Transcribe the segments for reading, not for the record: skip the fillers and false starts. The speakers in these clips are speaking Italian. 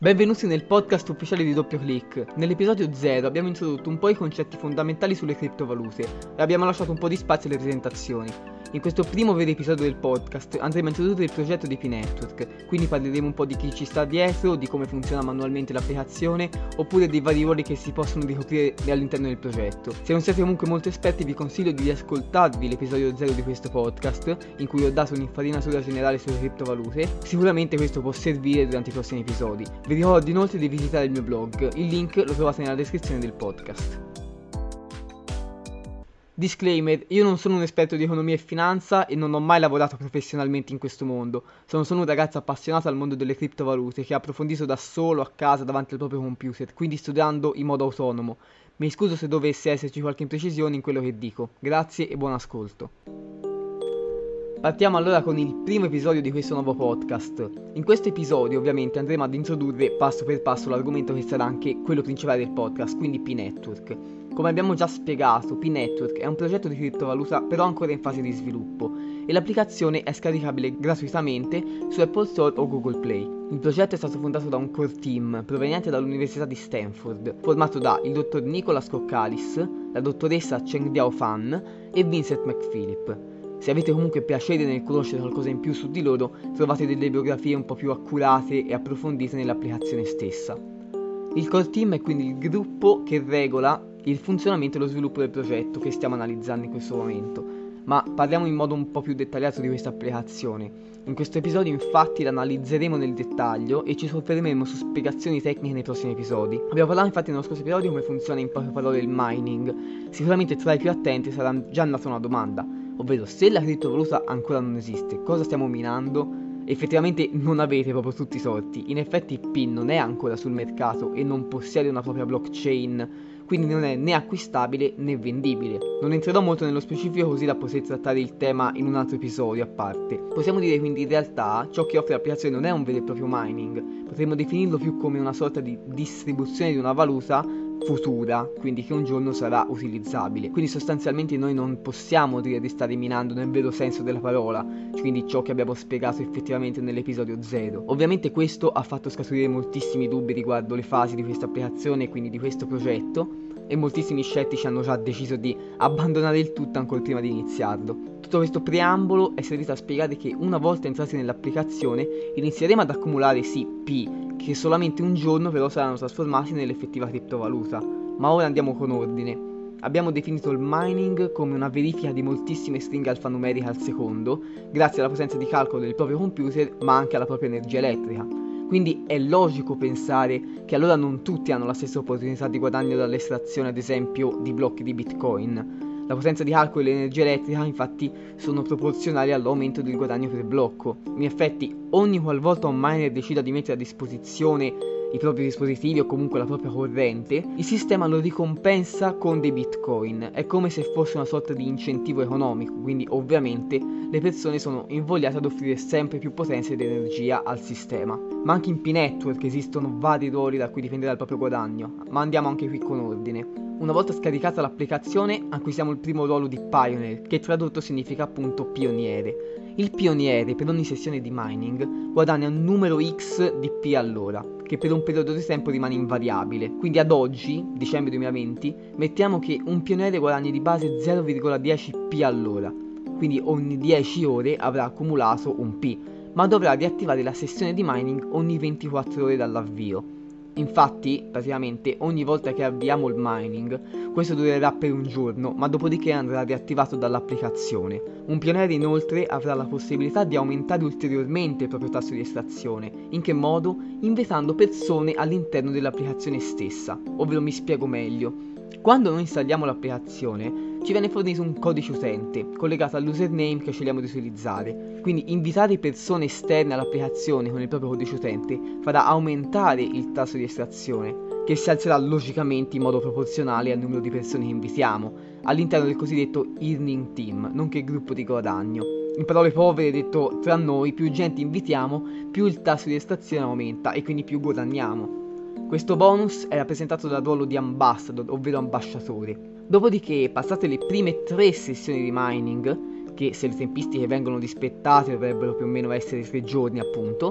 Benvenuti nel podcast ufficiale di DoppioClick. Nell'episodio 0 abbiamo introdotto un po' i concetti fondamentali sulle criptovalute e abbiamo lasciato un po' di spazio alle presentazioni. In questo primo vero episodio del podcast andremo a introdurre il progetto di P-Network, quindi parleremo un po' di chi ci sta dietro, di come funziona manualmente l'applicazione, oppure dei vari ruoli che si possono ricoprire all'interno del progetto. Se non siete comunque molto esperti vi consiglio di riascoltarvi l'episodio 0 di questo podcast, in cui ho dato un'infarinatura generale sulle criptovalute. Sicuramente questo può servire durante i prossimi episodi. Vi ricordo inoltre di visitare il mio blog, il link lo trovate nella descrizione del podcast. Disclaimer, io non sono un esperto di economia e finanza e non ho mai lavorato professionalmente in questo mondo. Sono solo un ragazzo appassionato al mondo delle criptovalute che ha approfondito da solo a casa davanti al proprio computer, quindi studiando in modo autonomo. Mi scuso se dovesse esserci qualche imprecisione in quello che dico. Grazie e buon ascolto. Partiamo allora con il primo episodio di questo nuovo podcast. In questo episodio ovviamente andremo ad introdurre passo per passo l'argomento che sarà anche quello principale del podcast, quindi P-Network. Come abbiamo già spiegato, P-Network è un progetto di criptovaluta però ancora in fase di sviluppo e l'applicazione è scaricabile gratuitamente su Apple Store o Google Play. Il progetto è stato fondato da un core team proveniente dall'Università di Stanford, formato da il dottor Nicholas Kokkalis, la dottoressa Chengdiao Fan e Vincent McPhilip. Se avete comunque piacere nel conoscere qualcosa in più su di loro, trovate delle biografie un po' più accurate e approfondite nell'applicazione stessa. Il core team è quindi il gruppo che regola il funzionamento e lo sviluppo del progetto che stiamo analizzando in questo momento, ma parliamo in modo un po' più dettagliato di questa applicazione. In questo episodio infatti l'analizzeremo nel dettaglio e ci soffermeremo su spiegazioni tecniche nei prossimi episodi. Abbiamo parlato infatti nello scorso episodio come funziona in poche parole il mining. Sicuramente tra i più attenti sarà già nata una domanda, ovvero se la criptovaluta ancora non esiste, cosa stiamo minando? Effettivamente non avete proprio tutti i torti. In effetti P non è ancora sul mercato e non possiede una propria blockchain, quindi non è né acquistabile né vendibile. Non entrerò molto nello specifico così da poter trattare il tema in un altro episodio a parte. Possiamo dire quindi in realtà ciò che offre l'applicazione non è un vero e proprio mining, potremmo definirlo più come una sorta di distribuzione di una valuta futura, quindi che un giorno sarà utilizzabile. Quindi sostanzialmente noi non possiamo dire di stare minando nel vero senso della parola, quindi ciò che abbiamo spiegato effettivamente nell'episodio 0. Ovviamente questo ha fatto scaturire moltissimi dubbi riguardo le fasi di questa applicazione e quindi di questo progetto, e moltissimi scettici hanno già deciso di abbandonare il tutto ancora prima di iniziarlo. Tutto questo preambolo è servito a spiegare che una volta entrati nell'applicazione inizieremo ad accumulare sì P, che solamente un giorno però saranno trasformati nell'effettiva criptovaluta. Ma ora andiamo con ordine. Abbiamo definito il mining come una verifica di moltissime stringhe alfanumeriche al secondo, grazie alla potenza di calcolo del proprio computer ma anche alla propria energia elettrica. Quindi è logico pensare che allora non tutti hanno la stessa opportunità di guadagno dall'estrazione ad esempio di blocchi di Bitcoin. La potenza di calcolo e l'energia elettrica infatti sono proporzionali all'aumento del guadagno per blocco. In effetti ogni qualvolta un miner decida di mettere a disposizione i propri dispositivi o comunque la propria corrente, il sistema lo ricompensa con dei bitcoin. È come se fosse una sorta di incentivo economico, quindi ovviamente le persone sono invogliate ad offrire sempre più potenza ed energia al sistema. Ma anche in P-Network esistono vari ruoli da cui dipenderà il proprio guadagno, ma andiamo anche qui con ordine. Una volta scaricata l'applicazione acquisiamo il primo ruolo di Pioneer, che tradotto significa appunto pioniere. Il pioniere per ogni sessione di mining guadagna un numero X di P all'ora, che per un periodo di tempo rimane invariabile. Quindi ad oggi, dicembre 2020, mettiamo che un pioniere guadagni di base 0,10 P all'ora, quindi ogni 10 ore avrà accumulato un P, ma dovrà riattivare la sessione di mining ogni 24 ore dall'avvio. Infatti, praticamente ogni volta che avviamo il mining, questo durerà per un giorno, ma dopodiché andrà riattivato dall'applicazione. Un pioniere inoltre avrà la possibilità di aumentare ulteriormente il proprio tasso di estrazione. In che modo? Invitando persone all'interno dell'applicazione stessa, ovvero mi spiego meglio. Quando noi installiamo l'applicazione ci viene fornito un codice utente collegato all'username che scegliamo di utilizzare, quindi invitare persone esterne all'applicazione con il proprio codice utente farà aumentare il tasso di estrazione, che si alzerà logicamente in modo proporzionale al numero di persone che invitiamo all'interno del cosiddetto earning team, nonché gruppo di guadagno. In parole povere detto tra noi, più gente invitiamo, più il tasso di estrazione aumenta e quindi più guadagniamo. Questo bonus è rappresentato dal ruolo di ambassador, ovvero ambasciatore. Dopodiché, passate le prime 3 sessioni di mining, che se le tempistiche vengono rispettate dovrebbero più o meno essere 3 giorni appunto,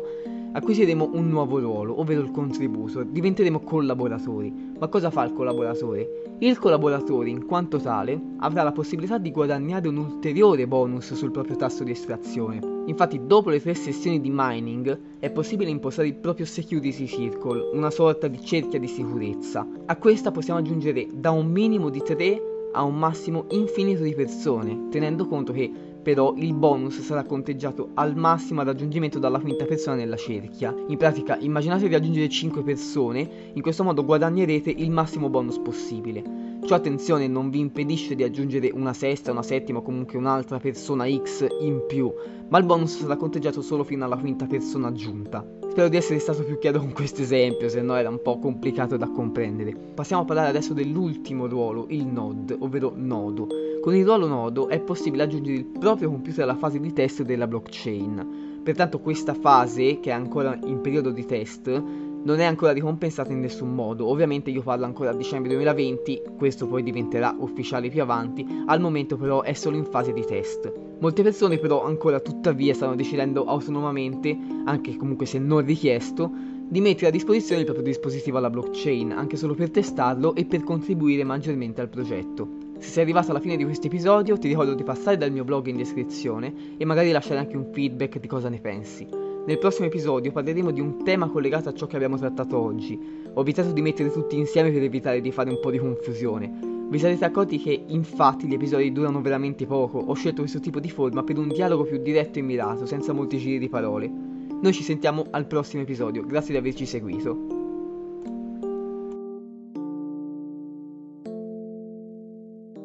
acquisiremo un nuovo ruolo, ovvero il contributor, diventeremo collaboratori. Ma cosa fa il collaboratore? Il collaboratore, in quanto tale, avrà la possibilità di guadagnare un ulteriore bonus sul proprio tasso di estrazione. Infatti, dopo le 3 sessioni di mining, è possibile impostare il proprio Security Circle, una sorta di cerchia di sicurezza. A questa possiamo aggiungere da un minimo di 3 a un massimo infinito di persone, tenendo conto che però il bonus sarà conteggiato al massimo al raggiungimento dalla quinta persona nella cerchia. In pratica, immaginate di raggiungere 5 persone, in questo modo guadagnerete il massimo bonus possibile. Ciò, attenzione, non vi impedisce di aggiungere una sesta, una settima o comunque un'altra persona X in più, ma il bonus sarà conteggiato solo fino alla quinta persona aggiunta. Spero di essere stato più chiaro con questo esempio, se no era un po' complicato da comprendere. Passiamo a parlare adesso dell'ultimo ruolo, il node, ovvero nodo. Con il ruolo nodo è possibile aggiungere il proprio computer alla fase di test della blockchain. Pertanto questa fase, che è ancora in periodo di test, non è ancora ricompensata in nessun modo. Ovviamente io parlo ancora a dicembre 2020, questo poi diventerà ufficiale più avanti, al momento però è solo in fase di test. Molte persone però ancora tuttavia stanno decidendo autonomamente, anche comunque se non richiesto, di mettere a disposizione il proprio dispositivo alla blockchain, anche solo per testarlo e per contribuire maggiormente al progetto. Se sei arrivato alla fine di questo episodio, ti ricordo di passare dal mio blog in descrizione e magari lasciare anche un feedback di cosa ne pensi. Nel prossimo episodio parleremo di un tema collegato a ciò che abbiamo trattato oggi. Ho evitato di mettere tutti insieme per evitare di fare un po' di confusione. Vi sarete accorti che infatti gli episodi durano veramente poco. Ho scelto questo tipo di forma per un dialogo più diretto e mirato, senza molti giri di parole. Noi ci sentiamo al prossimo episodio, grazie di averci seguito.